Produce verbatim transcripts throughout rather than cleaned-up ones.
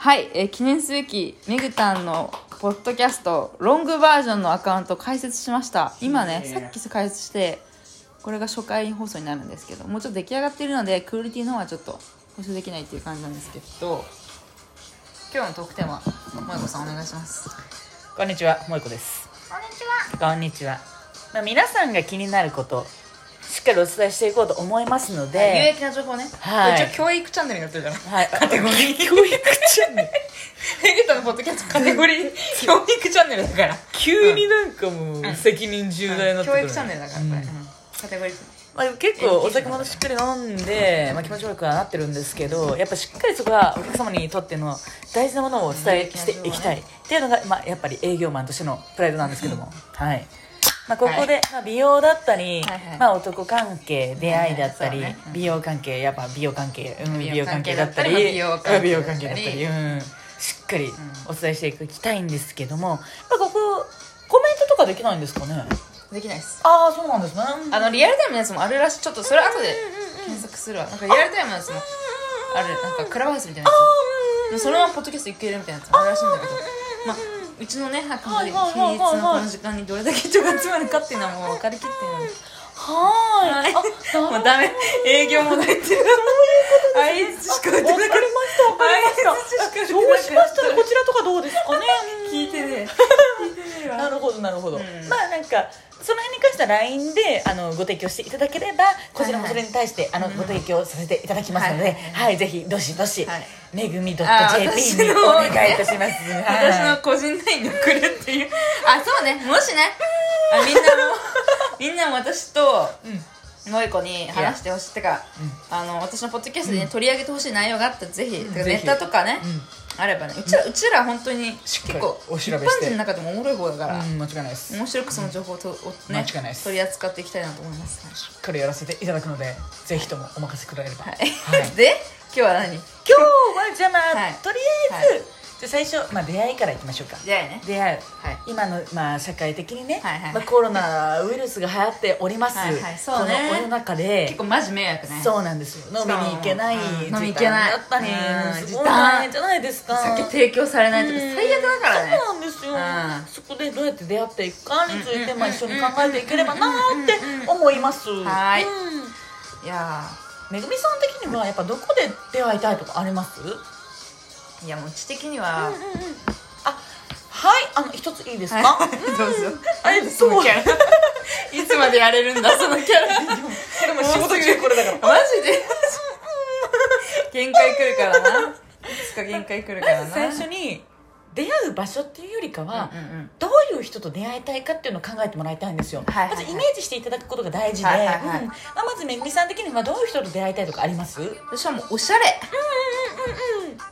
はい、えー、記念すべきメグタンのポッドキャストロングバージョンのアカウント開設しました。今ね、さっき開設してこれが初回放送になるんですけど、もうちょっと出来上がっているのでクオリティの方はちょっと放送できないっていう感じなんですけど、今日のトークテーマ、萌子さんお願いします。 こんにちは、萌子です。 こんにちは。 こんにちは。まあ、皆さんが気になることしっかりお伝えしていこうと思いますので、 有益な情報ね。 はい、 一応教育チャンネルになってるじゃない。 はい、カテゴリー教育チャンネルメグタンのポッドキャストカテゴリー教育チャンネルだから急になんかもう責任重大になってくる、 教育チャンネルだからこれ、うん、カテゴリー、 まあ、結構お酒もしっかり飲んで、まあ、気持ち悪くはなってるんですけど、やっぱしっかりそこはお客様にとっての大事なものをお伝えしていきたいっていうのが、まあ、やっぱり営業マンとしてのプライドなんですけども、はい、まあ、ここで、まあ、美容だったり、はいはい、まあ、男関係出会いだったり、はいはい、ね、うん、美容関係やっぱ美容関係、うん、美容関係だったり美容関係だったり、うん、しっかりお伝えしていきたいんですけども、まあ、ここコメントとかできないんですかね。 できないです。 ああ、そうなんですね。 あのリアルタイムのやつもあるらしい。ちょっとそれ後で検索するわ。なんかリアルタイムのやつもある、なんかクラブハウスみたいなやつ、そのままポッドキャストいけるみたいなやつもあるらしいんだけど、まあうちのね、はかり比率のこの時間にどれだけ人が集まるかっていうのはもう分かりきってるので、 はーい、あ、 もうダメ、営業も入ってる。そういうことですね。相槌しか打ってなかった。 わかりました、わかりました。そうしましたらこちらとかどうですかね。 聞いてね。 なるほどなるほど。まあなんかその辺に関しては ライン であのご提供していただければ、こちらもそれに対してあのご提供させていただきますので、はい、ぜひどしどしめぐみ .ジェーピー にお願いいたします。 私の個人 ライン に送るっていう。あ、そうね。もしね、あ、みんなもみんなも私と萌子に話してほしいってか、あの私のポッドキャストでね取り上げてほしい内容があったらぜひ、ネタとかねあればね、うちらうちら本当に結構一般人の中でもおもろい方だから、 間違いないです。 面白くその情報をとね取り扱っていきたいなと思います。 しっかりやらせていただくので、ぜひともお任せくれれば。 で、今日は何？ 今日はじゃあまあとりあえずじゃ最初、まあ、出会いからいきましょうか。 出会いね。 出会う、はい、今の、まあ、社会的にね、はいはい、まあ、コロナウイルスが流行っております、はいはい、そうね、この世の中で結構マジ迷惑ね。 そうなんですよ。飲みに行けない、 飲みに行けないだったり、すごい大変じゃないですか。 酒提供されないとか最悪だからね。 そうなんですよ。そこでどうやって出会っていくかについて、まあ、一緒に考えていければなって思います。はい。 いやめぐみさん的にはやっぱどこで出会いたいとかあります？ いや、もう知的には、うんうんうん、 あ、はい、あの一ついいですか？ どうぞ。あれ、そのキャラいつまでやれるんだそのキャラ。これも仕事中これだからマジで限界来るからな。いつか限界来るからな。 最初に出会う場所っていうよりかは、うんうんうん、どういう人と出会いたいかっていうのを考えてもらいたいんですよ、はいはいはい、まずイメージしていただくことが大事で、はいはいはい、うん、まあ、まずめぐみさん的にはどういう人と出会いたいとかあります？ 私はもうおしゃれ。 うんうんうんうん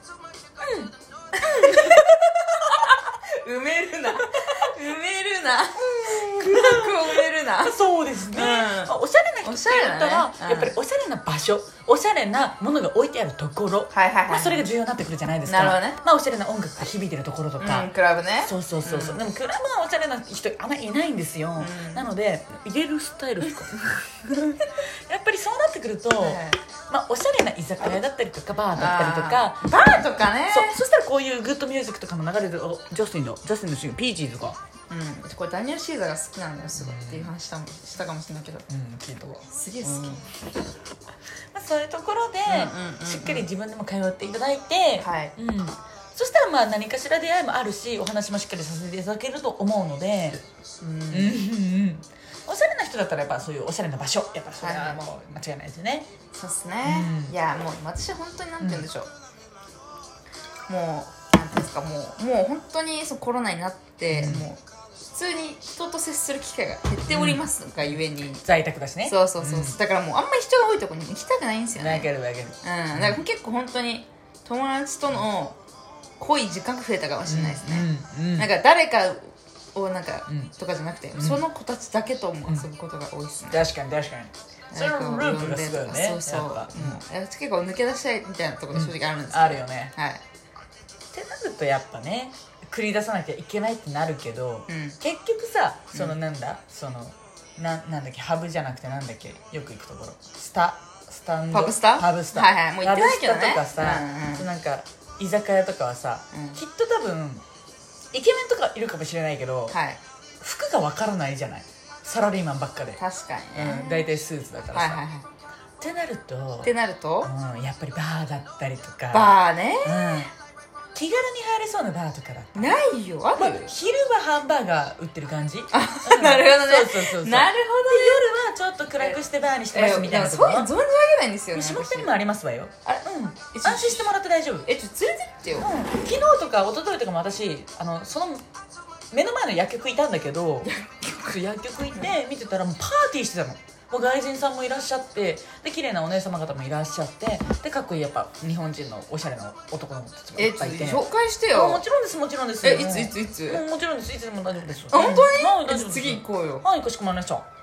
うん埋めるな埋めるな空白を埋めるな。 そうですね、うん、おしゃれな人って言ったら、ね、うん、やっぱりおしゃれな場所、おしゃれなものが置いてあるところ、はいはいはい、まあ、それが重要になってくるじゃないですか。 なるほどね。 まあ、おしゃれな音楽が響いてるところとか、 うん、クラブね。 そうそうそうそう、うん、でもクラブはおしゃれな人あんまりいないんですよ、うん、なので入れるスタイルですかやっぱりそうなってくると、はい、まあ、おしゃれな居酒屋だったりとかバーだったりとか、 バーとかね。 そう、そしたらこういうグッドミュージックとかも流れる。ジャスティンのジャスティンのシーン、ピーチーズとか、 うん、これダニエル・シーザーが好きなんだよすごいっていう話したしたかもしれないけど、 うん、聞いたわ。 すげえ好き、うん、まあ、そういうところで、うんうんうん、しっかり自分でも通っていただいて、はい、うん、そしたらまあ何かしら出会いもあるし、お話もしっかりさせていただけると思うので、うんうんうん、おしゃれな人だったらやっぱそういうおしゃれな場所、やっぱそれはもう間違いないですよね。 そうっすね、うん、いやもう私は本当になんて言うんでしょう、うん、もうなんていうんですか、もうもう本当にそうコロナになって、うん、もう普通に人と接する機会が減っておりますがゆえに、うん、 在宅だしね。 そうそうそう、うん、だからもうあんまり人が多いところに行きたくないんですよね。 わかるわかる、 うん、だから結構本当に友達との濃い時間が増えたかもしれないですね、うんうんうん、なんか誰かをなんか、うん、とかじゃなくて、うん、その子たちだけとも遊ぶことが多いですね、 うん、確かに確かにそのループがすごいよね。 そうそう、うん、結構抜け出したいみたいなところが正直あるんですけど、 うん、あるよね。 はい。 ってなるとやっぱね繰り出さなきゃいけないってなるけど、うん、結局さ、そのなんだ、うん、そのななんだっけ、ハブじゃなくてなんだっけ、よく行くところ、スタスタンドパブスタパブスタ、 はいはい、もう行ってないけどね。 パブスタとかさ、うんうん、なんか居酒屋とかはさ、 うんきっと多分イケメンとかいるかもしれないけど、 はい服がわからないじゃない、サラリーマンばっかで、 確かにね、 うん、大体スーツだからさ、 はいはいはいってなるとってなると、 うん、やっぱりバーだったりとかバーね、 うん、気軽に入れそうなバーとかだったら、 ないよある、 まあ、昼はハンバーガー売ってる感じ、うん、 なるほどねそうそうそうそう、 なる夜はちょっと暗くしてバーにしてますみたいなところ、 そういうの存じ上げないんですよね下北にもありますわよ。 あれうん、安心してもらって大丈夫。 えちょっと連れてってよ、 うん、昨日とか一昨日とかも私あのその目の前の薬局いたんだけど薬局行って見てたらもうパーティーしてたの。もう外人さんもいらっしゃってで綺麗なお姉様方もいらっしゃってでかっこいいやっぱ日本人のおしゃれな男の子たちもいえちょっとっぱいいて、 紹介してあもよちろんですもちろんです。 えいついついつうんもちろんです、いつでも大丈夫です。 あ本当に、 はい大丈夫です。 次行こうよはいかしこまりました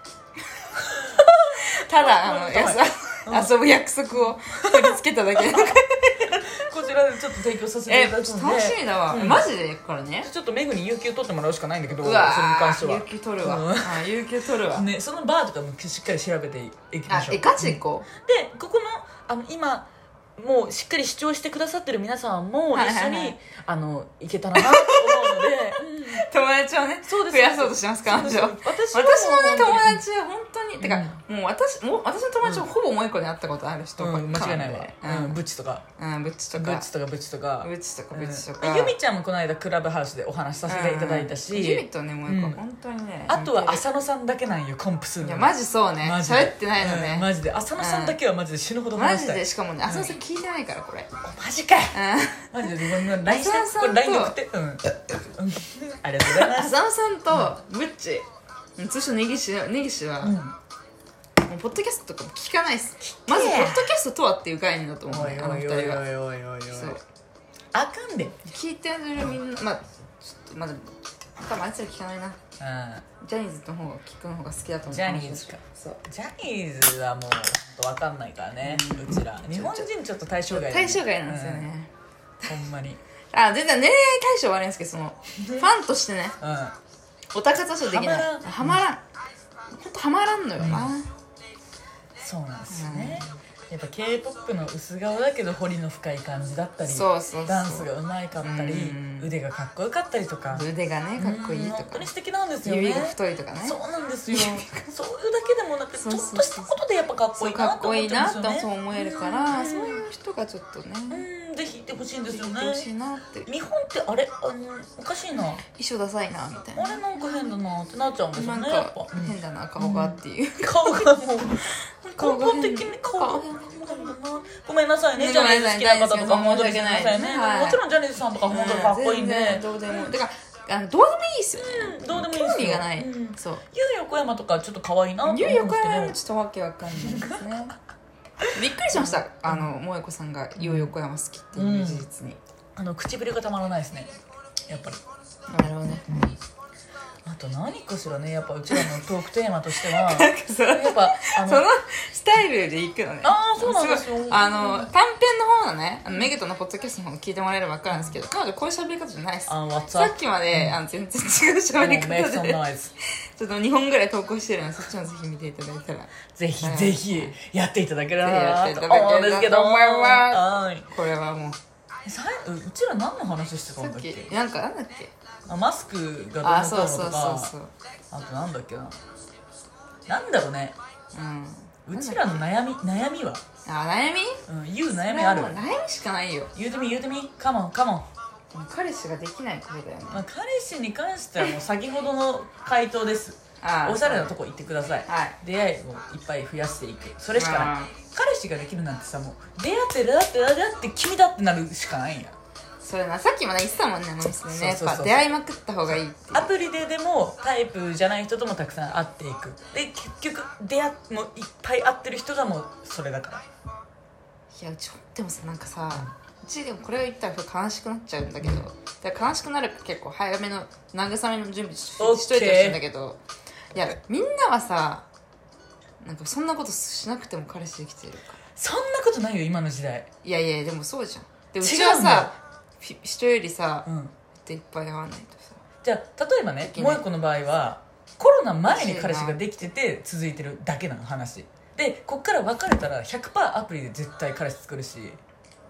ただあのはいやさ遊ぶ約束を取り付けただけこちらでちょっと提供させていえただくので楽しみだわ、 うんマジで行くからねちょっとメグに有給取ってもらうしかないんだけどそれにうわ関しては有給取るわ、 うんあ有給取るわ、 ね、そのバーとかもしっかり調べていきましょう。 あえガチで行こでここのあの今もうしっかり主張してくださってる皆さんも一緒に、 はいはいはいあの行けたらなと思うので、うんう友達をねそうです増やそうとしてます彼女そうです私私もね友本達は本当にてか、もう私もう私の友達もほぼ萌子に会ったことある人当にうん、 ばっか間違いないわ、 うんうん、ブッチとかうんブッチとかブッチとかブッチとかブッチとかうんブッチとかユミちゃんもこの間クラブハウスでお話しさせていただいたし、 うんユミとね萌子、 うん本当にねあとは似て浅野さんだけなんよコンプするのるいやマジそうねマジで喋ってないのね、 うんマジで浅野さんだけはマジで死ぬほどマジ話したいでしかもね浅野さん聞いてないからこれマジかようんマジでごめん ライン して浅野さんとこれ ライン 送ってうん、うん、ありがとうございます浅野さんとブッチ通称根岸根岸は、 うんもうポッドキャストとかも聞かないっすまずポッドキャストとはっていう概念だと思うねあの二人がおいおいおいおいそうあかんで、うん、 聞いてるみんなまあちょっとまだ多分あいつら聞かないなジャニーズの方が聞くの方が好きだと思うジャニーズかそうジャニーズはもう本当わかんないからね、うちら日本人ちょっと対象外だね対象外なんですよね、 うん、ほんまにあ全然恋愛対象はあるんですけどそのファンとしてねうんオタ活はちょっとできないはまらんはまらんほんとはまらんのよな、 そうなんですよね、やっぱ K-ポップ の薄顔だけど彫りの深い感じだったりそうそうそうダンスがうまいかったりうん腕がかっこよかったりとか腕がねかっこいいうんとか本当に素敵なんですよね指が太いとかねそうなんですよそういうだけでもなくてちょっとしたことでやっぱかっこそいういなかっこいいと思ってますよねなってそう思えるから、 うんそういう人がちょっとねうんぜひ行ってほしいんですよね言ってほしいなって日本ってあれあのおかしいな衣装ダサいなみたいなあれなんか変だなってなっちゃうんですよなんねやっかぱ、うん変だな顔がっていう、 顔がもう顔が根本的に顔が顔が変だなごめんなさいねねジャニーズ好きな方とかごめんなさい本当にすみませんね、 はいもちろんジャニーズさんとか本当にかっこいいんで、 全然どうでもだからあのどうでもいいっすよね、 うんどうでもいいですよ興味がない、 うんそうゆう横山とかちょっと可愛いなと思うんですけどゆう横山はちょっとわけわかんないですねびっくりしましたあの萌子さんがゆう横山好きっていう事実に、 あの唇がたまらないですねやっぱり。 なるほどねあと何かしらねやっぱうちらのトークテーマとしてはそやっぱあのそのスタイルでいくのねあーそうなんですよごいあの短編の方のねあのメグとのポッドキャストの方聞いてもらえれば分かるんですけど彼女こういう喋り方じゃないですあ What's さ up? っきまで、あの全然違う喋りもう make 方 some で noise ちょっとにほんぐらい投稿してるのでそっちもぜひ見ていただいたらぜひはいぜひやっていただければなぜひやっていとただければ思うんですけどと思いますはいこれはもうさいううちら何の話してたさっんだっけきなんかなんだっけあマスクがどうあのこうのそうそうそうとかそうあとなんだっけななんだろうねうんうちらの悩み悩みは、 あ悩みうん、言う悩みあるそれはもう悩みしかないよ言うてみ言うてみカモンカモン、 でも彼氏ができないことだよねまあ、彼氏に関してはもう先ほどの回答ですあーおしゃれなとこ行ってください、 はい出会いをいっぱい増やしていくそれしかないあ彼氏ができるなんてさもう出会って出会って出会って君だってなるしかないんやそれなさっきもね言ってたもんねもうですねやっそうそうそうぱ出会いまくった方がいいっていうアプリででもタイプじゃない人ともたくさん会っていくで結局出会もういっぱい会ってる人がもうそれだからいやうちでもさなんかさうちでもこれを言ったら悲しくなっちゃうんだけどだから悲しくなるから結構早めの慰めの準備しオッケーしといてほしいんだけどいやみんなはさなんかそんなことしなくても彼氏できてるからそんなことないよ今の時代いやいやでもそうじゃんでう違ちはうんだよさひ人よりさ、 うんいっぱい会わないとさじゃあ例えばねできない萌子の場合はコロナ前に彼氏ができてて続いてるだけなの話でこっから別れたら ひゃくパーセント アプリで絶対彼氏作るし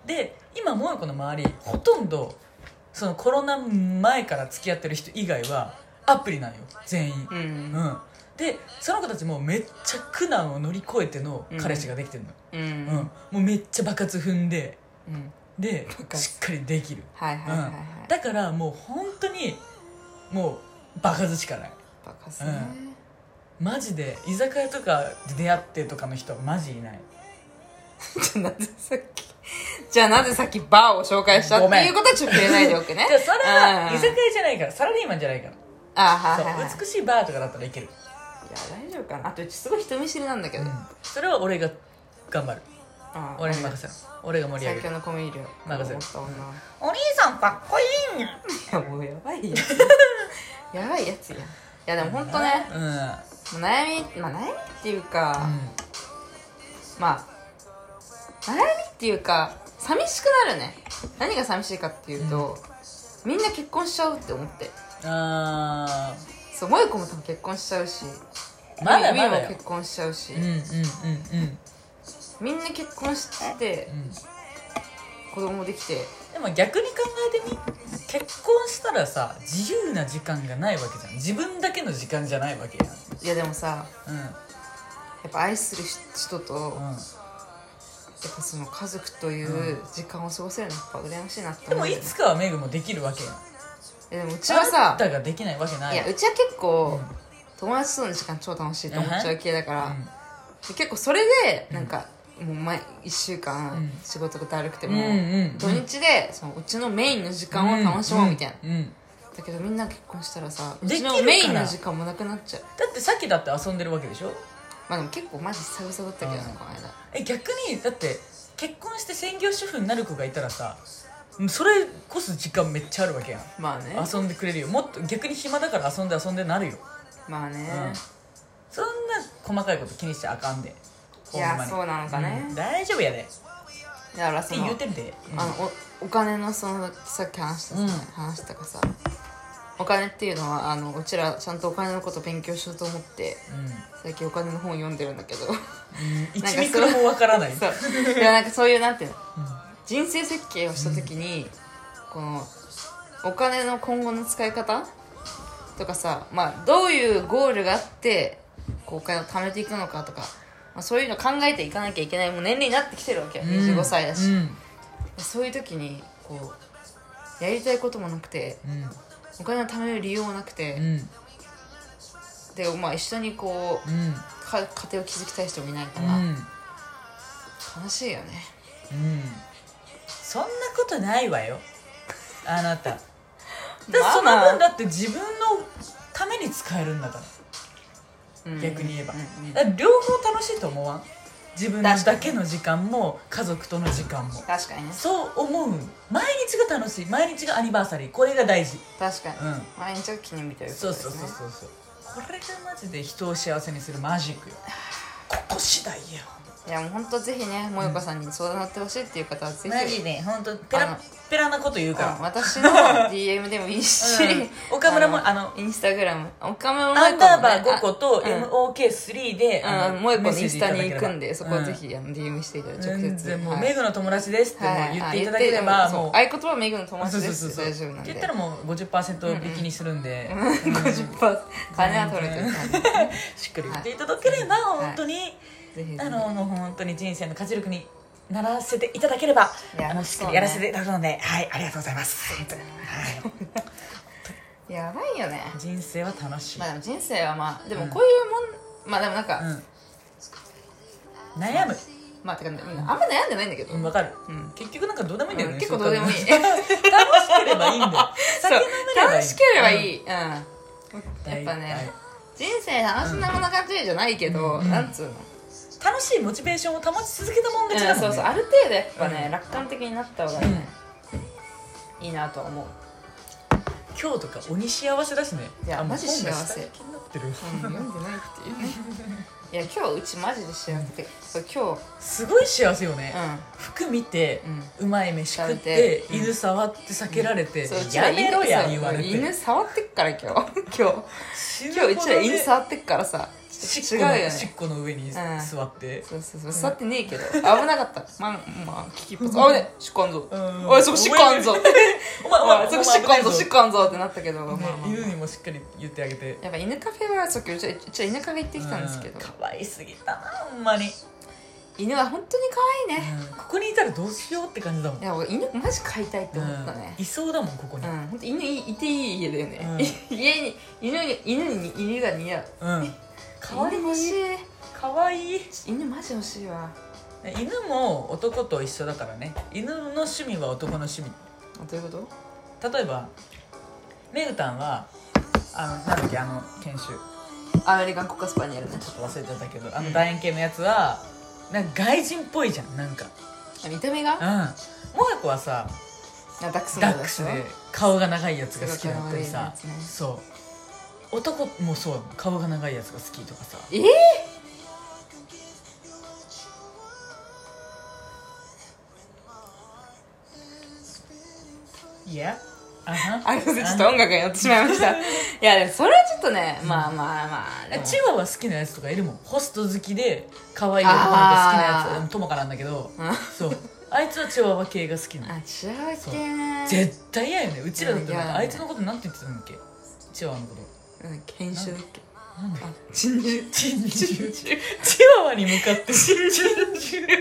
で今萌子の周りほとんどそのコロナ前から付き合ってる人以外はアプリなんよ全員、 うんうんでその子たちもめっちゃ苦難を乗り越えての彼氏ができてるの、 うんうんうん、もうめっちゃ爆発踏んでうんで爆発しっかりできる、 はいはいはいはい、 うん、だからもう本当にもう爆発しかないバカすね、 マジで居酒屋とかで出会ってとかの人はマジいない。 じゃあなぜさっきじゃあなぜさっきバーを紹介したってごめんいうことはちょっと触れないでおくねじゃあそれはうん居酒屋じゃないからサラリーマンじゃないからあはいはいはいそう美しいバーとかだったらいける、 いや大丈夫かなあとうちすごい人見知りなんだけど、 うん、それは俺が頑張るあ俺に任せろ俺が盛り上げる最強のコミュ力任せる持った女お兄さんかっこいいんやいやもうやばいやつやばいやつやんいやでもほんとね、 うん、うん、 もう悩みまあ悩みっていうか、まあ悩みっていうか寂しくなるね何が寂しいかっていうと、うん、みんな結婚しちゃうって思ってあそう萌子も多分結婚しちゃうしまだまだよみーも結婚しちゃうし、 うんうんうんうんみんな結婚して、うん、子供できてでも逆に考えてみ結婚したらさ自由な時間がないわけじゃん自分だけの時間じゃないわけやんいやでもさ、 うん、 やっぱ愛する人と、うん、やっぱその家族という時間を過ごせるのやっぱ羨ましいなって思う、ね、 でもいつかはメグもできるわけやんいやでもうちはさあんたができないわけないいやうちは結構、 うん、 友達との時間超楽しいと思っちゃう系だから、うん、結構それでなんか、うん、もう毎いっしゅうかん仕事がだるくても、うんうん、土日でそのうちのメインの時間を楽しもうみたいな、うんうんうん、だけどみんな結婚したらさうちのメインの時間もなくなっちゃうだってさっきだって遊んでるわけでしょまあでも結構マジ久々だったけどねこの間え逆にだって結婚して専業主婦になる子がいたらさそれこそ時間めっちゃあるわけやんまあね遊んでくれるよもっと逆に暇だから遊んで遊んでなるよまあね、 うん、そんな細かいこと気にしちゃあかんでいやそうなのかね、 うん、大丈夫やでだからそのって言うてんで、 うん、あの お, お金のそのさっき話したさ、うん、話したかさお金っていうのはあのうちらちゃんとお金のこと勉強しようと思って、うん、最近お金の本読んでるんだけど、うん、 いちミクロもわからないそういやなんかそういうなんていうの、うん、人生設計をした時に、うん、このお金の今後の使い方とかさ、まあ、どういうゴールがあってこうお金を貯めていくのかとか、まあ、そういうの考えていかなきゃいけないもう年齢になってきてるわけ、うん、にじゅうごさいだし、うん、そういう時にこうやりたいこともなくて、うん、お金を貯める理由もなくて、うん、で、まあ、一緒にこう、うん、か家庭を築きたい人もいないから、うん、悲しいよね、 うん、そんなことないわよあなただその分だって自分のために使えるんだから、うん、逆に言えば、うんうん、だから両方楽しいと思わん自分だけの時間も家族との時間も確かにねそう思う毎日が楽しい毎日がアニバーサリーこれが大事確かに、うん、毎日が記念日ということですねそうそうそうそうこれがマジで人を幸せにするマジックよここ次第よいやもう本当ぜひねもよこさんに相談乗ってほしいっていう方はぜひマジで本当ペラペラなこと言うから、 うん、私の ディーエム でもいいし、 うん、岡村もあのインスタグラム岡村もアンダーバーごこと エムオーケースリー でもよこのインスタに行くんでそこはぜひ、うん、ディーエム していただいて直接全然もう、はい、メグの友達ですってもう言っていただければ、はい、もう合言葉はメグの友達ですって大丈夫なんでって言ったらもう ごじゅっパーセント 引きにするんで、 うんうん、ごじゅっパーセント 金は取れてるしっかり言っていただければ、はい、本当に、はいぜひぜひあのもう本当に人生の活力にならせていただければあのしっかりやらせていただくので、ね、はいありがとうございます本当に、 はい、やばいよね人生は楽しい、 まあ、でも人生はまあでもこういうもん、うん、まあでもなんか、 うん、悩むまあてか、ね、あんま悩んでないんだけどわ、うん、かる、うん、結局なんかどうでもいいんだよね、 うん、結構どうでもいい楽しければいいんだよそう楽しければいい、うん、うん、やっぱね人生楽しんだもの感じじゃないけど、うん、なんつうの楽しいモチベーションを保ち続けたもん勝ちだもんね、 うん、そうそうある程度やっぱね、うん、楽観的になった方がね、うん、いいなとは思う今日とか鬼幸せだしねいやマジ幸せ気になってる、うん、 読んでないっていうねいや今日うちマジで幸せで今日すごい幸せよね、うん、服見て、うん、うまい飯食って、うん、犬触って避けられて、うん、やめろや言われて犬触ってっから今日今日今日うちら犬触ってっからさしっこの違うよねしっこの上に座って、 そうそうそう座ってねえけど危なかったまあまあ危機一髪あねしっこあんぞうんおいそこしっこあんぞお前おお前いそこしっこあんぞしっこあんぞってなったけど、まあねまあまあ犬にもしっかり言ってあげて。 やっぱ犬カフェはさっきうちはうちは犬カフェ行ってきたんですけど、 うん可愛すぎたなほんまに、 犬は本当に可愛いね、 うんここにいたらどうしようって感じだもん。 いや俺犬マジ飼いたいって思ったね、 うんいそうだもんここに。 うん、本当犬いいていい家だよね、 うん家に犬に犬に犬が似合ううん可愛い犬欲しい可愛い犬マジ欲しいわ犬も男と一緒だからね。犬の趣味は男の趣味。 あどういうこ例えばメグタンはあのなんだっけあの犬種とアメリカンコカスパニエルねちょっと忘れちゃったけど、あの楕円形のやつはなんか外人っぽいじゃん。なんかあ見た目がうんモヤコはさあダックスのダックスで顔が長いやつが好きだったりさ、 すごい顔が長いやつねそう男もそう顔が長いやつが好きとかさ。 えー、 いやあはあれちょっと音楽に乗ってしまいましたいやでもそれはちょっとねまあまあまあでもチワワ好きなやつとかいるもん。ホスト好きで可愛い男の子好きなやつ。 あーでもトモカなんだけどうんそうあいつはチワワ系が好きなの。 あチワワ系ね絶対嫌よね。うちらだってなんいやかあいつのことなんて言ってたんだっけチワワのことうん犬種だっけなんだあ珍獣珍獣珍獣チワワに向かって珍獣普通に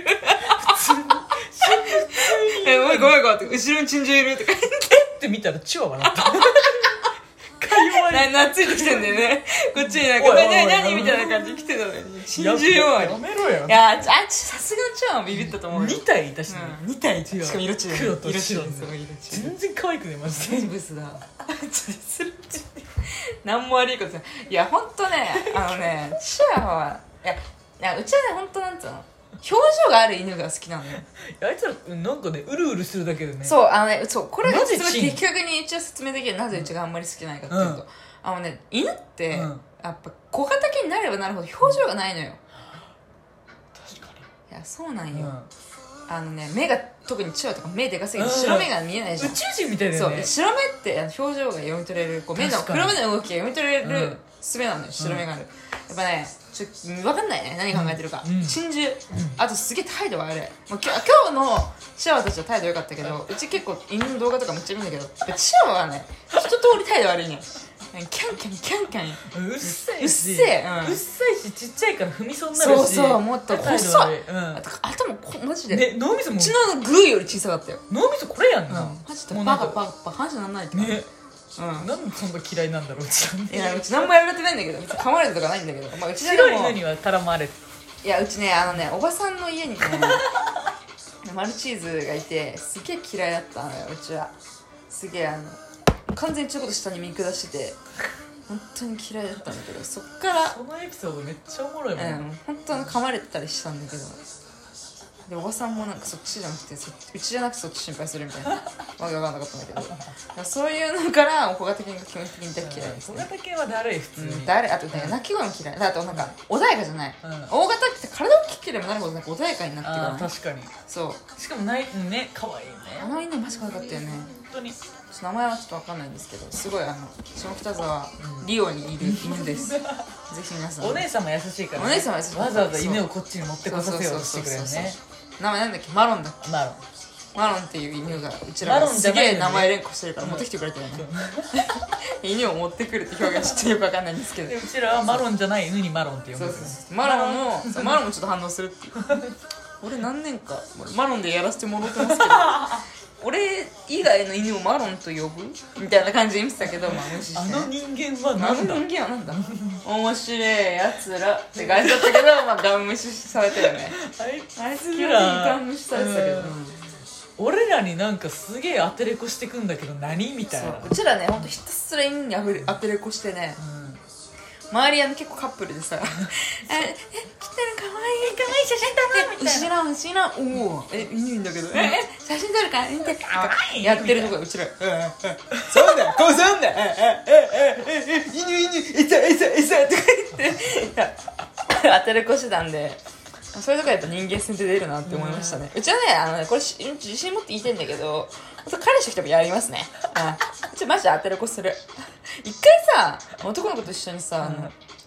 えごめんごめんごめんって後ろに珍獣いるとかって見たらチワワだったか弱いな懐いてきてんだよねこっちになんかおいおいおい何何何みたいな感じで来てたのに珍獣よやめろよいやあちあちさすがのチワワもビビったと思うよに体いたしね、 うん、に体しかも色違い黒と色白違いすごい色違い全然可愛くねマジで全部ブスだする何も悪いことないいやほんとねあのねチワワはいやいやうちはねほんとなんつうの表情がある犬が好きなのよあいつらなんかねうるうるするだけでねそうあのねそうこれがマジすごいチン的確にうちは説明できるなぜうちがあんまり好きなのかっていうと、 うんあのね犬って、 うんやっぱ小型犬になればなるほど表情がないのよ確かいやそうなんに、 よ、 うんあのね目が特にチワワとか目でかすぎてうん白目が見えないじゃん、 宇宙人みたいだよねそう白目ってあの表情が読み取れるこう目の確かに黒目の動きが読み取れうんる術なのよ白目がある、やっぱねちょ分かんないね何考えてるか、 うん珍獣、あとすげえ態度悪いもう今日今日のチワワたちは態度良かったけどうち結構犬の動画とかめっちゃ見るんだけどやっぱチワワはね一通り態度悪いねキャンキャンキャンキャンうっさいしうっせえうんうっさいしちっちゃいから踏みそうになるしそうそうもっと態度細い悪いうんあと頭こマジで、 ね脳みそもうちのグーより小さかったよ、 脳みそこれやんうん、 な、 マジでもうなんかバカバカバカ話にならないって感じねうんなんでそんな嫌いなんだろううちらねいやうち何もやられてないんだけど別に噛まれるとかないんだけど、まあ、うちでも白い犬には絡まれていやうちねあのねおばさんの家にねマルチーズがいてすげえ嫌いだったのようちはすげえあの完全にちょこっと下に見下してて本当に嫌いだったんだけどそっからそのエピソードめっちゃおもろいもん、 うん本当に噛まれてたりしたんだけどでおばさんもなんかそっちじゃなくてそっちうちじゃなくてそっち心配するみたいなわけわかんなかったんだけどだからそういうのから小型犬が基本的に大嫌いですね小型犬はだるい普通に、 うん、誰あとね鳴き声も嫌いだあとなんか穏やかじゃない、 うん大型って体大きければなるほどなんか穏やかになってくるあのねー確かにそうしかもないね可愛いねあの犬マジ可愛かったよね本当にちょっと名前はちょっとわかんないんですけどすごいあの下北沢リオにいる犬ですぜひ皆さんお姉さんも優しいから、 お姉さんも優しいわざわざ犬をこっちに持ってこさせようとしてくれるそうそうそうねそう名前なんだっけマロンだっけマロンマロンっていう犬がうちらマがすロンじゃないのねげえ名前連呼してるから持ってきてくれたよね犬を持ってくるって表現ちょっとよくわかんないんですけどでうちらはマロンじゃない犬にマロンって呼ぶそうそうそうマロンもそうマロンもちょっと反応するっていう俺何年かマロンでやらせてもらってますけど俺以外の犬をマロンと呼ぶみたいな感じで見てたけど、まあ、無視して、 あの人間はあなんだの人間はなんだ面白いやつらって感じだったけど、まあ、ガン無視されたよねあいあいつつ基本的にらガン無視されてたけど、 うん俺らになんかすげえ当てれこしてくんだけど何みたいなそううちらねほんとひたすら犬にあふれ当てれこしてね周りあの結構カップルでさ「ええ来てるかわいいかわいい写真撮って」みたいな「後ろ後ろおおえ犬いいんだけどええ写真撮るから見て」やってるとこでうちら「うんうんそうだこうそんだええええええ犬犬餌餌餌」とか言って当てれこしてたんでそういうとこやっぱ人間性って出るなって思いましたね、うん、うちはねあのねこれ自信持って言いたいんだけど彼氏来てもやりますね、うん、うちマジで当てれこする一回さ男の子と一緒にさ、うん、あの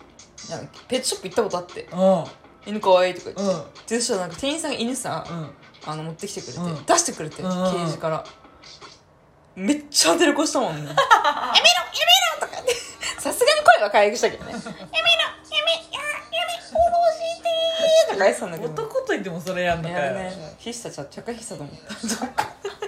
なんかペットショップ行ったことあって、 うん犬かわいいとか言って、 うん、 でそしたらなんか店員さんが犬さ、 うん、 あの持ってきてくれて、 うん、 出してくれて、 うん、 ケージから、めっちゃ当てる子したもんねやめろやめろとかってさすがに声は回復したけどねやめろやめややめ殺してーとか言ってたんだけど、 男と言ってもそれやんのかよ、 ね、必殺ちゃ若干必殺と思った若干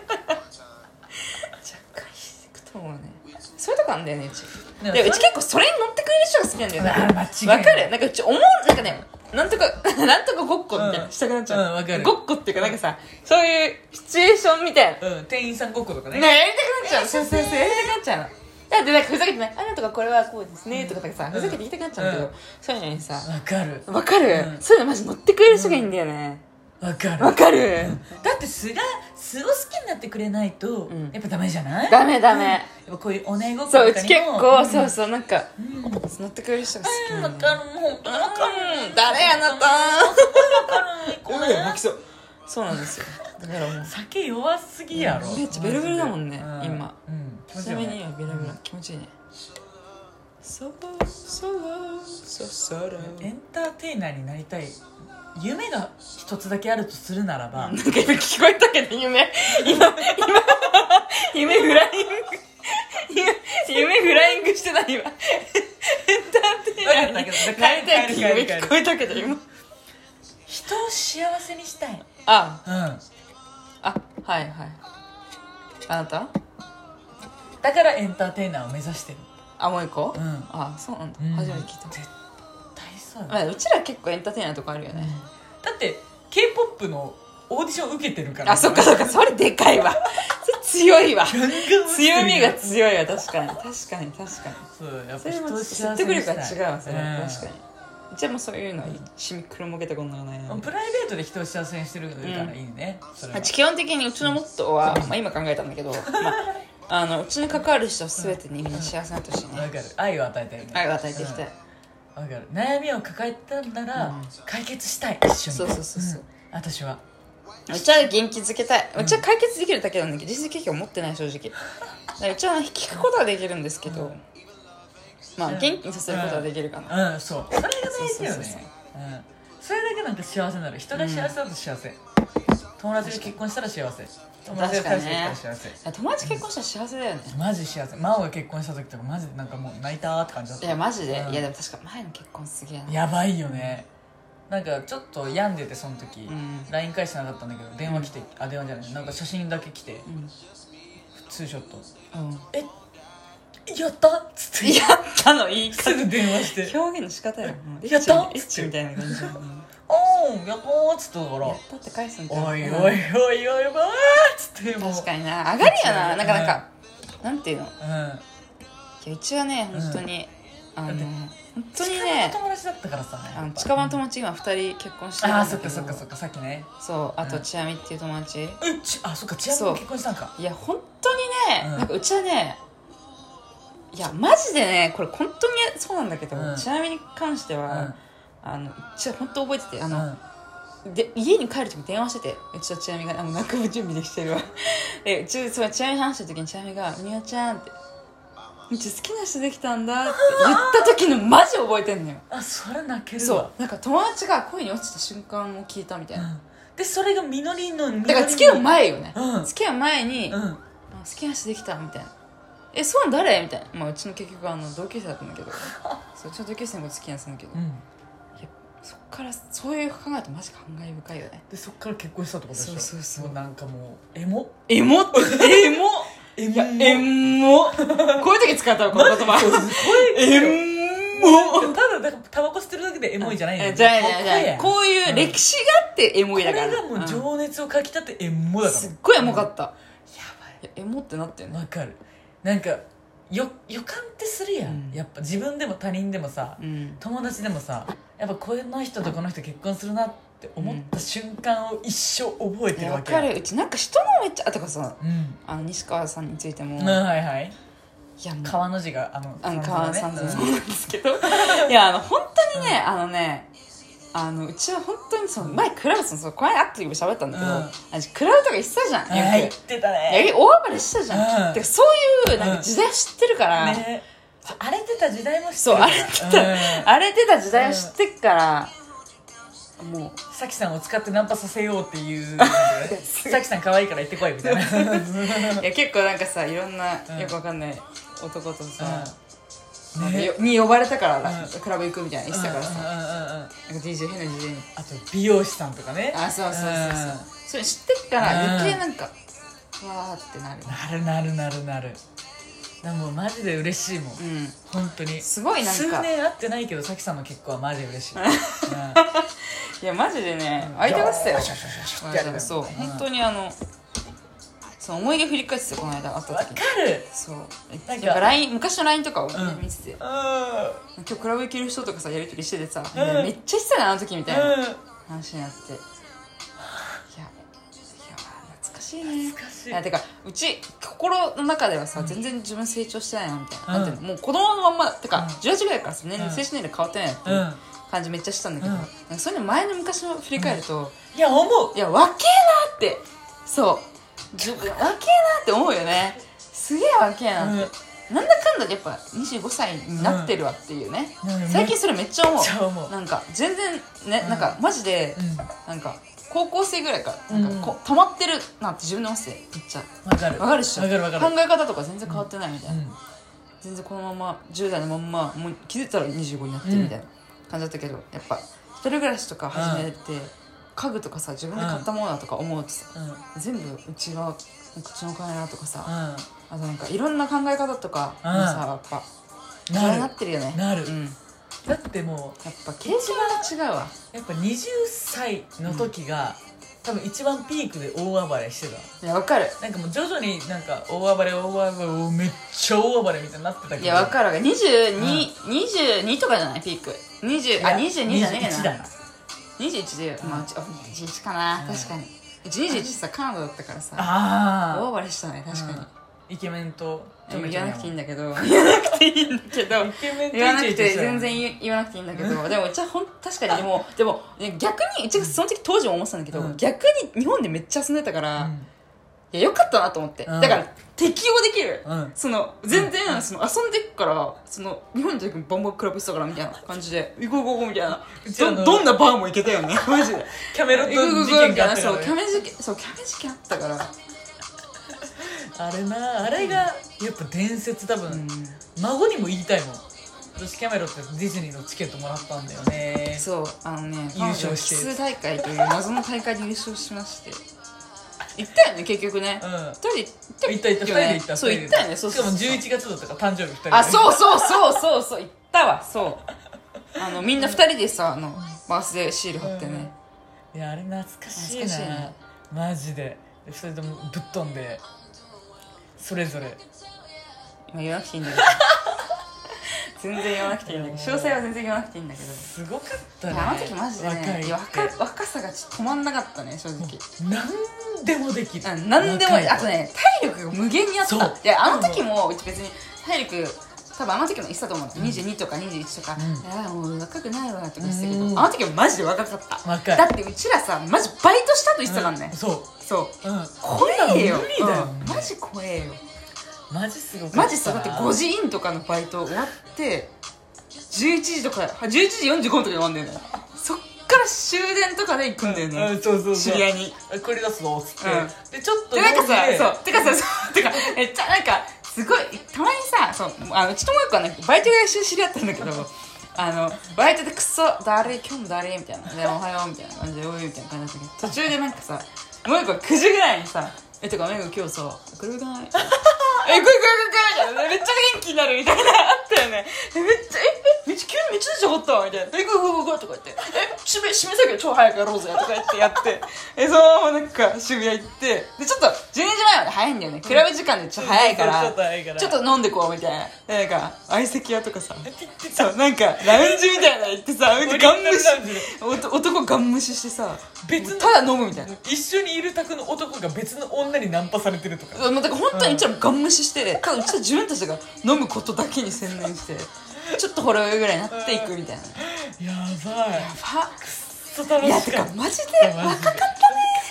必殺と思うね。そういうとこあんだよねうち。でうち結構それに乗ってくれる人が好きなんだよね。わかる。なんかうち思うなんかねなんとかなんとかごっこみたいな、うん、したくなっちゃう。 うん、わかる。 ごっこっていうかなんかさそういうシチュエーションみたいな。 うん、店員さんごっことかね。 ねやりたくなっちゃう。そうそうそうやりたくなっちゃうの。だってなんかふざけてないあなたがこれはこうですねとかさ、ふざけて言いたくなっちゃうんだけど、うん、そういうのにさわかるわかる、うん、そういうのマジ乗ってくれる人がいいんだよね。 わ、うん、かるわかる、 うん、だって素が素を好きになってくれないと、うん、やっぱダメじゃない？ ダメダメ、うん、やっぱこういうおねごっことかにもそううち結構、うん、そうそうなんか、うん、乗ってくれる人が好きなの。 わかるもう本当にわかる、 うん、誰あなたわかるごめん巻きそうそうなんですよ。だからもう酒弱すぎやろ、 めっちゃベロベロだもんね、うん、今、 うん、 ちなみにベロベロ気持ちいいね。そうそうそうそうエンターテイナーになりたい夢が一つだけあるとするならば、 なんか今聞こえたけど夢今今夢フライング夢フライングしてない今エンターテイナーになりたいって夢聞こえたけど今人を幸せにしたい。 あうんあはいはいあなただからエンターテイナーを目指してる。 あもう一個、 うん、 あそうなんだ、 うん、 初めて聞いた。 絶対そうだ。うちら結構エンターテイナーとかあるよね、 うん、だって K-ポップ のオーディション受けてるから。 あそっかそっかそれでかいわそれ強いわ強みが強いわ。確かに確かに確かにそうやっぱ人を幸せにしたい。説得力が違うわそれ、うん、確かに。うちはもうそういうのはしみくるもげたことないな。 プライベートで人を幸せにしてるからいいね、うん、それは基本的にうちのモットーは、まあ、今考えたんだけど、まああのうちに関わる人は全てにみんな幸せになってほしいね。 わかる。愛を与えたいよね。 愛を与えていきたい。 わ、うん、かる。悩みを抱えたんなら、うん、解決したい一緒に。 そうそうそうそう、 うん、私はうちは元気づけたい。うちは解決できるだけなんだけど実績を持ってない正直。うちは聞くことはできるんですけど、うん、まあ元気にさせることはできるかな。 うん、うん、そう。それが大事よね。うん、それだけなんか幸せになる。人が幸せだと幸せ、うん、友達が結婚したら幸せ、友達が彼氏できたら幸せ。 友達結婚したら幸せだよね、 マジ幸せ。真央が結婚した時とかマジでなんかもう泣いたーって感じだった。 いやマジで、 うん、 いやでも確か前の結婚すげえな。 やばいよね。なんかちょっと病んでてその時、うん、ライン 返してなかったんだけど電話来て、うん、あ電話じゃないなんか写真だけ来て、うん、ツーショット、うん、えやったっつってやったのいいすぐ電話して表現の仕方ややったっエッチみたいな感じおーやったーっつったからやったって返すんだよ。 おいおいおいおいおいっつってもう確かにな上がりやな。なんかなんか、うん、なんていうの、うん、いやうちはね本当に、うん、あの本当にね近場の友達だったからさ、 あの近場の友達今ふたり結婚してるんだけど、 あそっかそっかそっかさっきね。 そうあとちあみっていう友達、 えちあそっかちあみも結婚したんか。 いや本当にね、うん、なんかうちはねいやマジでねこれ本当にそうなんだけど、うん、ちなみに関しては、うん、あのうちは本当覚えててあの、うん、で家に帰る時電話しててうちとちなみがあの泣く準備できてるわでうちそちなみに話した時にちなみが「みやちゃん」って「うち好きな人できたんだ」って言った時のマジ覚えてんのよ。 あそれ泣けるわ。 そうなんか友達が恋に落ちた瞬間を聞いたみたいな、うん、 でそれが実りの実りのだから付き合う前よね、 うん、 付き合う前に、うん、好きな人できたみたいなえそうなん誰みたいな、まあ、うちの結局あの同級生だったんだけどそううちの同級生のこと好きなんですけど、うん、いやそっからそういう考えるとマジ感慨深いよね。 でそっから結婚したってことでしょ。 そうそうそう。 もうなんかもうエモエモエモエモいやエモこういう時使ったわこの言葉エモただだからタバコ吸ってるだけでエモいじゃないんだよ。 じゃないじゃないじゃないこういう歴史があってエモいだから、 これがもう情熱をかきたてエモだから、 すっごいエモかった、うん、やばいエモってなってるね。 わかる。なんかよ予感ってするやん、うん、やっぱ自分でも他人でもさ、うん、友達でもさやっぱこの人とこの人結婚するなって思った瞬間を一生覚えてるわけや、 うん、分かる。うちなんか人のめっちゃあとかさ、うん、あの西川さんについても、 うん、はいはいいやもう川の字があのあの川さんそうなんですけどいやあの本当にね、うん、あのねあのうちは本当にその前クラウドのこの間会った時も喋ったんだけど、うん、クラウドとか言ってたじゃん。 言ってたね。 大暴れしてたじゃん、うん、でそういうなんか時代知ってるから、うんね、 荒れてた時代も知ってそうる荒れてた、うん、荒れてた時代を知ってっから、うん、もうさきさんを使ってナンパさせようっていうさきさん可愛いから行ってこいみたいな。 いや結構なんかさいろんな、うん、よくわかんない男とさ、うんね、に呼ばれたから、うん、クラブ行くみたいな言ってたからさ、うんうんうんうん、なんか ディージェー 変な ディージェー にあと美容師さんとかね。 あそうそうそうそう、うん、それ知ってっから余計なんか、うん、わーってなるなるなるなるなる。でもマジで嬉しいもん、うん、本当にすごいなんか数年会ってないけどさきさんの結婚はマジで嬉しい、うん、いやマジでね会いたがってたよ。そう、うん、本当にあのその思い出振り返ってたこの間会った時に。わかる。 そうなんか ライン 昔の ライン とかを、ね、うん、見てて、うん、今日クラブ行ける人とかさやり取りしててさ、うん、めっちゃしてたねあの時みたいな話になって、うん、いや懐かしいね。懐かしい。いやてかうち心の中ではさ、うん、全然自分成長してないなみたいな、うん、なんていうのもう子供のまんまてか、うん、じゅうはちぐらいからさ年齢、うん、精神年齢変わってないなっていう感じめっちゃしたんだけど、うん、なんかそういうの前の昔の振り返ると、うん、 いや思う。 いやわけえなってそう自分わけえなって思うよね。すげえわけえなって、うん、なんだかんだでやっぱにじゅうごさいになってるわっていうね、うん、最近それめっちゃ思う。思うなんか全然ね、うん、なんかマジで、うん、なんか高校生ぐらいからなんかこう止まってるなって自分の思ってめっちゃわかるわかるっしょ。 わかるわかる。 考え方とか全然変わってないみたいな、うん、全然このままじゅう代のまんまもう気づいたらにじゅうごになってるみたいな感じだったけど、やっぱ一人暮らしとか始めて、うん、家具とかさ自分で買ったものだとか思うとさ、うん、全部うちがうちの金なとかさ、うん、あとなんかいろんな考え方とかもさ、うん、やっぱなるなってるよね。 なる、うん、だってもうやっぱ経験が違うわ。 やっぱにじゅっさいの時が、うん、多分一番ピークで大暴れしてた。 いやわかる。 なんかもう徐々になんか大暴れ大暴れめっちゃ大暴れみたいになってたけど、 いやわかる。にじゅうに、うん、にじゅうにとかじゃないピークにじゅうあにじゅうにじゃねえな。にじゅういちだな。にじゅういちで、まあ、うちにじゅういちかな、うん、確かにうちにじゅういちさカナダだったからさあ大暴れしたね確かに、うん、 イケメンと言わなくていいんだけど言わなくていいんだけど言わなくて全然言わなくていいんだけど、うん、でもうちはほん確かにでもでも逆にうちがその時当時も思ってたんだけど、うん、逆に日本でめっちゃ遊んでたから、うん、いやよかったなと思って、うん、だから適応できる、うん、その全然、うん、その遊んでっからその日本の時もバンバンクラブしてたからみたいな感じで行こう行こうみたいな ど, どんなバーも行けたよねマジでキャメロット事件があったから、ね、 そうキャメ事件そうキャメ事件あったからあれなあれがやっぱ伝説多分、うん、孫にも言いたいもん。私キャメロットディズニーのチケットもらったんだよね。 そうあのね優勝して奇数大会という謎の大会で優勝しまして行ったよね結局ね、うん、ふたりで行った行ったふたりで行ったそう行ったよね。そうしかもじゅういちがつだったから誕生日ふたりであそうそうそうそうそう行ったわ。そうあのみんなふたりでさあのバースデーシール貼ってね、 うん、いやあれ懐かしいなしい、ね、マジでふたりともぶっ飛んでそれぞれ今言わなくていいんだけど全然言わなくていいんだけど詳細は全然言わなくていいんだけどすごかったね。 あの時マジでね若, 若さがちょっと止まんなかったね正直。 何でもできる、 うん、何でもあとね体力が無限にあった。いやあの時もうち別に体力多分あの時も言ってたと思う、うん、にじゅうにとかにじゅういちとか、うん、いやもう若くないわとか言ってたけど、うん、あの時はマジで若かった。若い。だってうちらさマジバイトしたと言ってたからね、 うん、そうそう、うん、怖えよ無理だよ、 うん、マジ怖えよマジすごかったマジさだってごじインとかのバイト終わってじゅういちじとかじゅういちじよんじゅうごの時に終わんだよね。そっから終電とかで行くんだよね、 うん、そうそうそう知り合いにこれ出すぞっつって、うん、でちょっとでなんかさそうてかさそうてかめっちゃなんかすごいたまにさそうあのうちともう一個はねバイトが一緒に知り合ったんだけどあのバイトでクソ誰今日も誰みたいなでおはようみたいな感じでおいみたいな感じだったけど途中でなんかさもう一個はくじぐらいにさえてかメグ今日さこれがないえこれこれこれみたいなめっちゃ元気になるみたいなあったよね。えめっちゃええめっちゃ急にめっちゃ出ちゃかったみたいなえこれこれこれとか言ってえ締め締め作業超早くやろうぜとか言ってやってえそのままなんか渋谷行ってでちょっとじゅうにじまえまで早いんだよね。クラブ時間でちょっと早いから、うん、ちょっと飲んでこうみたいなでなんか相席屋とかさそうなんかラウンジみたいなの行ってさガン無視男ガン無視してさ別のただ飲むみたいな一緒にいる宅の男が別の女にナンパされてるとかそうだから本当にうちらガン無視してただうちら自分たちが飲むことだけに専念してちょっとほろ酔いぐらいになっていくみたいなやばいやばくっそ楽しかった。 いやてかマジで若かったね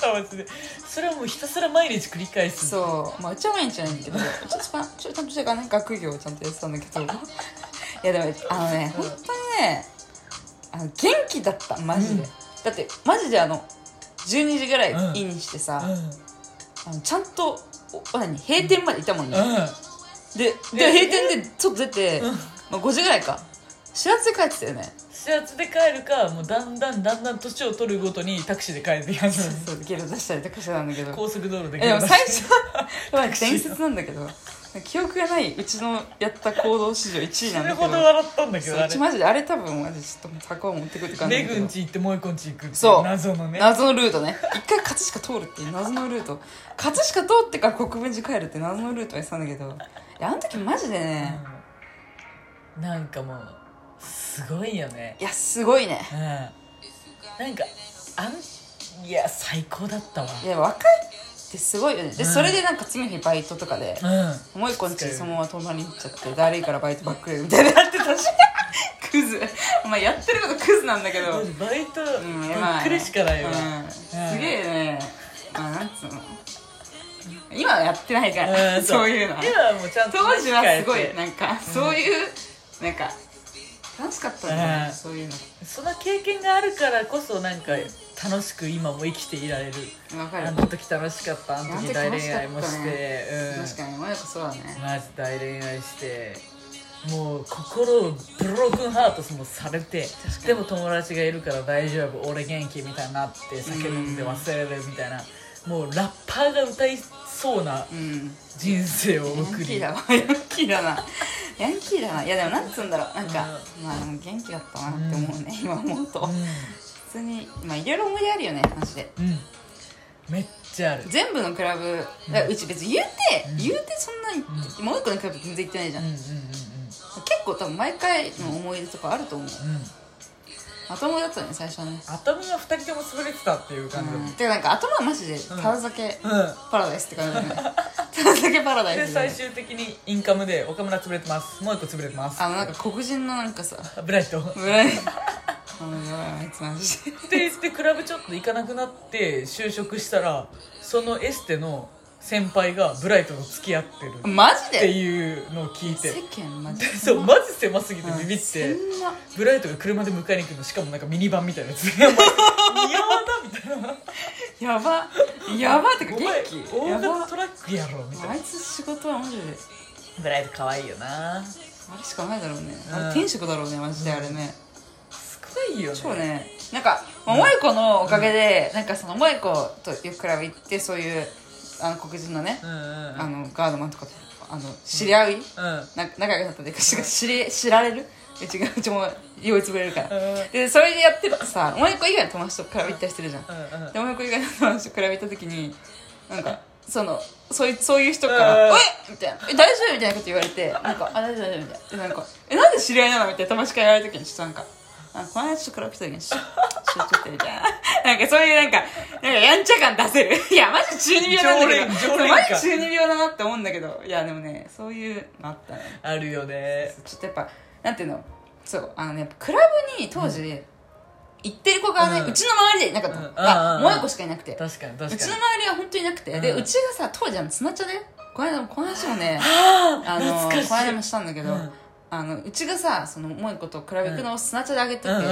たマジで。それはもうひたすら毎日繰り返す。 そうまあうちは毎日じゃないんだけどちょっとちょっとちゃんとしてからね学業をちゃんとやってたんだけどいやでもあのね本当にねあの元気だったマジで、うん、だってマジであのじゅうにじぐらいインしてさ、うんうん、あのちゃんとお何閉店までいたもんね、うん、で, で閉店でちょっと出て、うんまあ、ごじぐらいか始発で帰ってたよね。 始発で帰るかもうだんだんだんだん年を取るごとにタクシーで帰ってきます。 そうゲロ出したりとかしてたんだけど高速道路でゲロ出してでも最初伝説なんだけど記憶がないうちのやった行動史上いちいなんだけどそれほど笑ったんだけどあれうちマジであれ多分マジちょっとタコを持ってくるって感じだけどレグンチ行ってもう一個んち行くってそう謎のね謎のルートね一回葛飾通るっていう謎のルート葛飾通ってから国分寺帰るって謎のルートやってたんだけどいやあの時マジでね、 うん、なんかもうすごいよね。 いやすごいね、 うん、なんかあんいや最高だったわ。 いや若いってすごいよね。で、うん、それでなんか次の日バイトとかで、うん、もう一個んちそのまま泊まりに行っちゃってだるいからバイトばっかりみたいなやってたしクズまあやってることクズなんだけどバイトばっくりしかないわ、 うんうん、すげえねまあなんつうの今はやってないから、うん、そういうのは今はもうちゃんと当時はすごいなんか、うん、そういうなんか楽しかったんだよね、うん、そういうのその経験があるからこそなんか楽しく今も生きていられる。 わかる。 あの時楽しかったあの時大恋愛もして、 ねうん、 確かに親子そうだねマジ大恋愛してもう心をブロークンハートもされてでも友達がいるから大丈夫俺元気みたいになって酒飲んで忘れるみたいなもうラッパーが歌いそうな人生を送り、 うん、ヤンキーだわヤンキーだなヤンキーだないやでもなんつうんだろうなんか、うん、まあ元気だったなって思うね、うん、今思うと、うん、普通にまあいろいろ思い出あるよねマジで、 うん、めっちゃある全部のクラブ、うん、うち別に言うて、うん、言うてそんなに、うん、もう一個のクラブ全然行ってないじゃん、うんうんうんうん、結構多分毎回の思い出とかあると思う、うん頭だったね最初はね頭がふたりとも潰れてたっていう感じだった、 うん、てかなんか頭はマジでただ酒パラダイスって感じだね、うん、ただ酒パラダイスでで最終的にインカムで岡村潰れてますもう一個潰れてますあのなんか黒人のなんかさブライトブライトあのやばいあいつマジでって言ってクラブちょっと行かなくなって就職したらそのエステの先輩がブライトと付き合ってるマジでっていうのを聞いて世間マジでそうマジ狭すぎてビビって、うん、ブライトが車で迎えに行くのしかもなんかミニバンみたいなやつやばだみたいなやばやばってか元気大型トラックやろみたいなあいつ仕事はマジでブライト可愛いよなあれしかないだろうね、うん、あれ天職だろうねマジであれね、 うん、すごいよね超ねなんか萌子のおかげで、うん、なんかその萌子とよくクラブ行ってそういうあの黒人のね、うんうんうん、あのガードマンとかとあの知り合い、うん、な仲良くなったで知り知られるうちがうちも酔いつぶれるから、うん、でそれでやってるとさ萌子以外の友達とクラブ行ったりしてるじゃん、うんうん、で萌子以外の友達とクラブ行った時になんかそのそういうそういう人から「うん、えみたいな「え大丈夫?」みたいなこと言われてなんか「あ大丈夫大丈夫」みたいななんか「えなんで知り合いなの?」みたいな友達から言われた時にちょっとなんかあこの間ちょっとクラブ来た時にちょっとってみたいななんかそういうなんかなんかやんちゃ感出せるいやマジ中二病なんだけどマジ中二病だなって思うんだけどいやでもねそういうのあったねあるよねちょっとやっぱなんていうのそうあのねやっぱクラブに当時、うん行ってる子がね、うん、うちの周りでいなかったの、うん、がもう一個しかいなくて確かに確かにうちの周りは本当にいなくて、うん、でうちがさ当時あのつなちゃでこの間この話もねあのこの間もしたんだけど、うん、あのうちがさそのもう一個とクラブ行くのをスナチャであげてて、うん、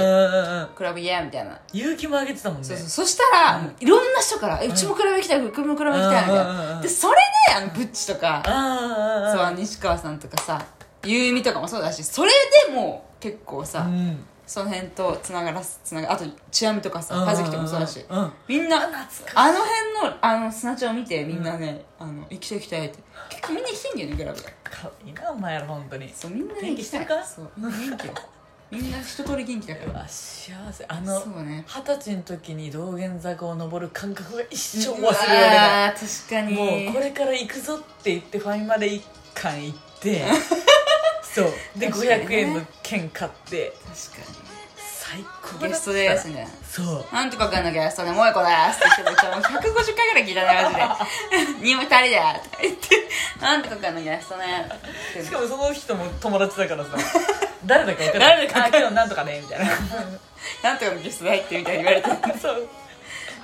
クラブイヤーみたいな勇気もあげてたもんねそうそうそしたら、うん、いろんな人からうちもクラブ行きたい、うちもクラブ行きたいみたいなでそれであのブッチとかそうあの西川さんとかさゆうみとかもそうだしそれでもう結構さ、うんその辺とつながらすつながあとチアミとかさ葉月とかもそうだし、うん、みんなあの辺のあの砂地を見てみんなね、うん、あの行きたい行きたいって結構みんな行きたいんだよねクラブかわいいなお前ら本当にそうみんなね行きたいそう元気よみんな一通り元気だから幸せあのそうね二十歳の時に道玄坂を登る感覚が一生忘れられないあ確かにもうこれから行くぞって言ってファイマで一貫行ってそうで、ね、ごひゃくえんの券買って確かに最高ゲストですねそうなんとかくんのゲストで萌子ですって言ってもうひゃくごじゅっかいぐらい聞いたねマジでにもふたりでとか言ってなんとかくんのゲストねしかもその人も友達だからさ誰だか分からない誰だか分からないなんとかねみたいななんとかのゲストで入ってみたいに言われてそう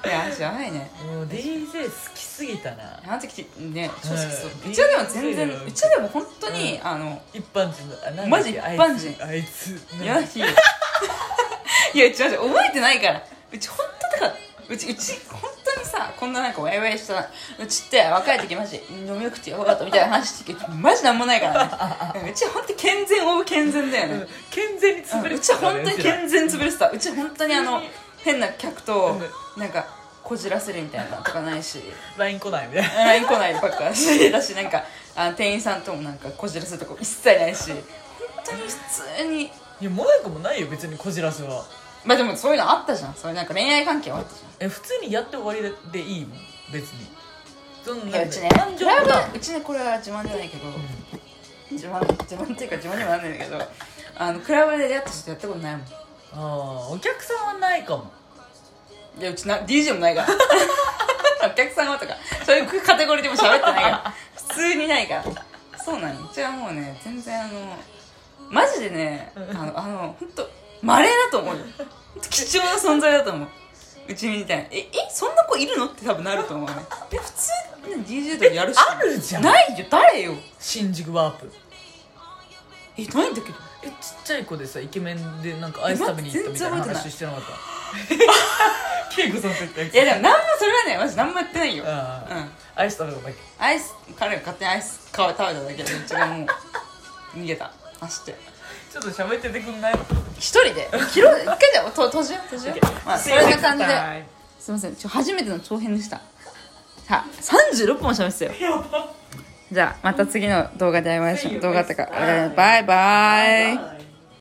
いや私やばいね。 もう ディージェー 好きすぎたな。 あの時ね超好きそう、 うんうちはでも全然ディージェーうちはでも本当に、 うん、 あの一般人のあなんだっけマジ一般人あいつあいついやいやいやうちマジ覚えてないから。うち本当だからうちうち本当にさこんななんかワイワイしたうちって若い時マジ飲みよくてやばかったみたいな話してるけどマジなんもないからね。うちは本当に健全オブ健全だよね、 うん、健全に潰れてた、ね、 うちは本当に健全潰れてた。うちは本当にあの変な客となんかこじらせるみたいなとかないしライン 来ないみたいなライン 来ないばっかだしだしなんかあ店員さんともなんかこじらせるとこ一切ないし本当に普通に。 いやモナコもないよ別にこじらせは。 まあでもそういうのあったじゃん。そういうなんか恋愛関係はあったじゃん。 え普通にやって終わりでいいもん別に。そんいやうちね感情クラブがうちねこれは自慢じゃないけど、 うん自慢自慢っていうか自慢にもなんないんだけどあのクラブで出会った人やったことないもん。 ああお客さんはないかも。 いやうちな ディージェー もないからお客さんはとかそういうカテゴリーでも喋ってないから普通にないからそうなの。うちはもうね全然あのマジでねあのあの本当稀だと思うよ。貴重な存在だと思う。うちみたいなええそんな子いるのって多分なると思うね。え普通に ディージェー とかやるしあるじゃん。 ないよ誰よ。 新宿ワープえないんだけどえちっちゃい子でさイケメンでなんかアイス食べに行ったみたいな話してなかった恵子さんと言ったやつ。 いやでも何もそれはねマジ何もやってないよ。うんあアイス食べただけ。 アイス彼が勝手にアイス食べただけでうちがもう逃げた走ってちょっと喋っててくんない？ 一人で切ろう一回じゃと閉じよう閉じよう、まあ、そんな感じですいませんちょ初めての長編でした。さあさんじゅうろっぷんも喋ってたよ。じゃあまた次の動画で会いましょう。動画とかバイバイ。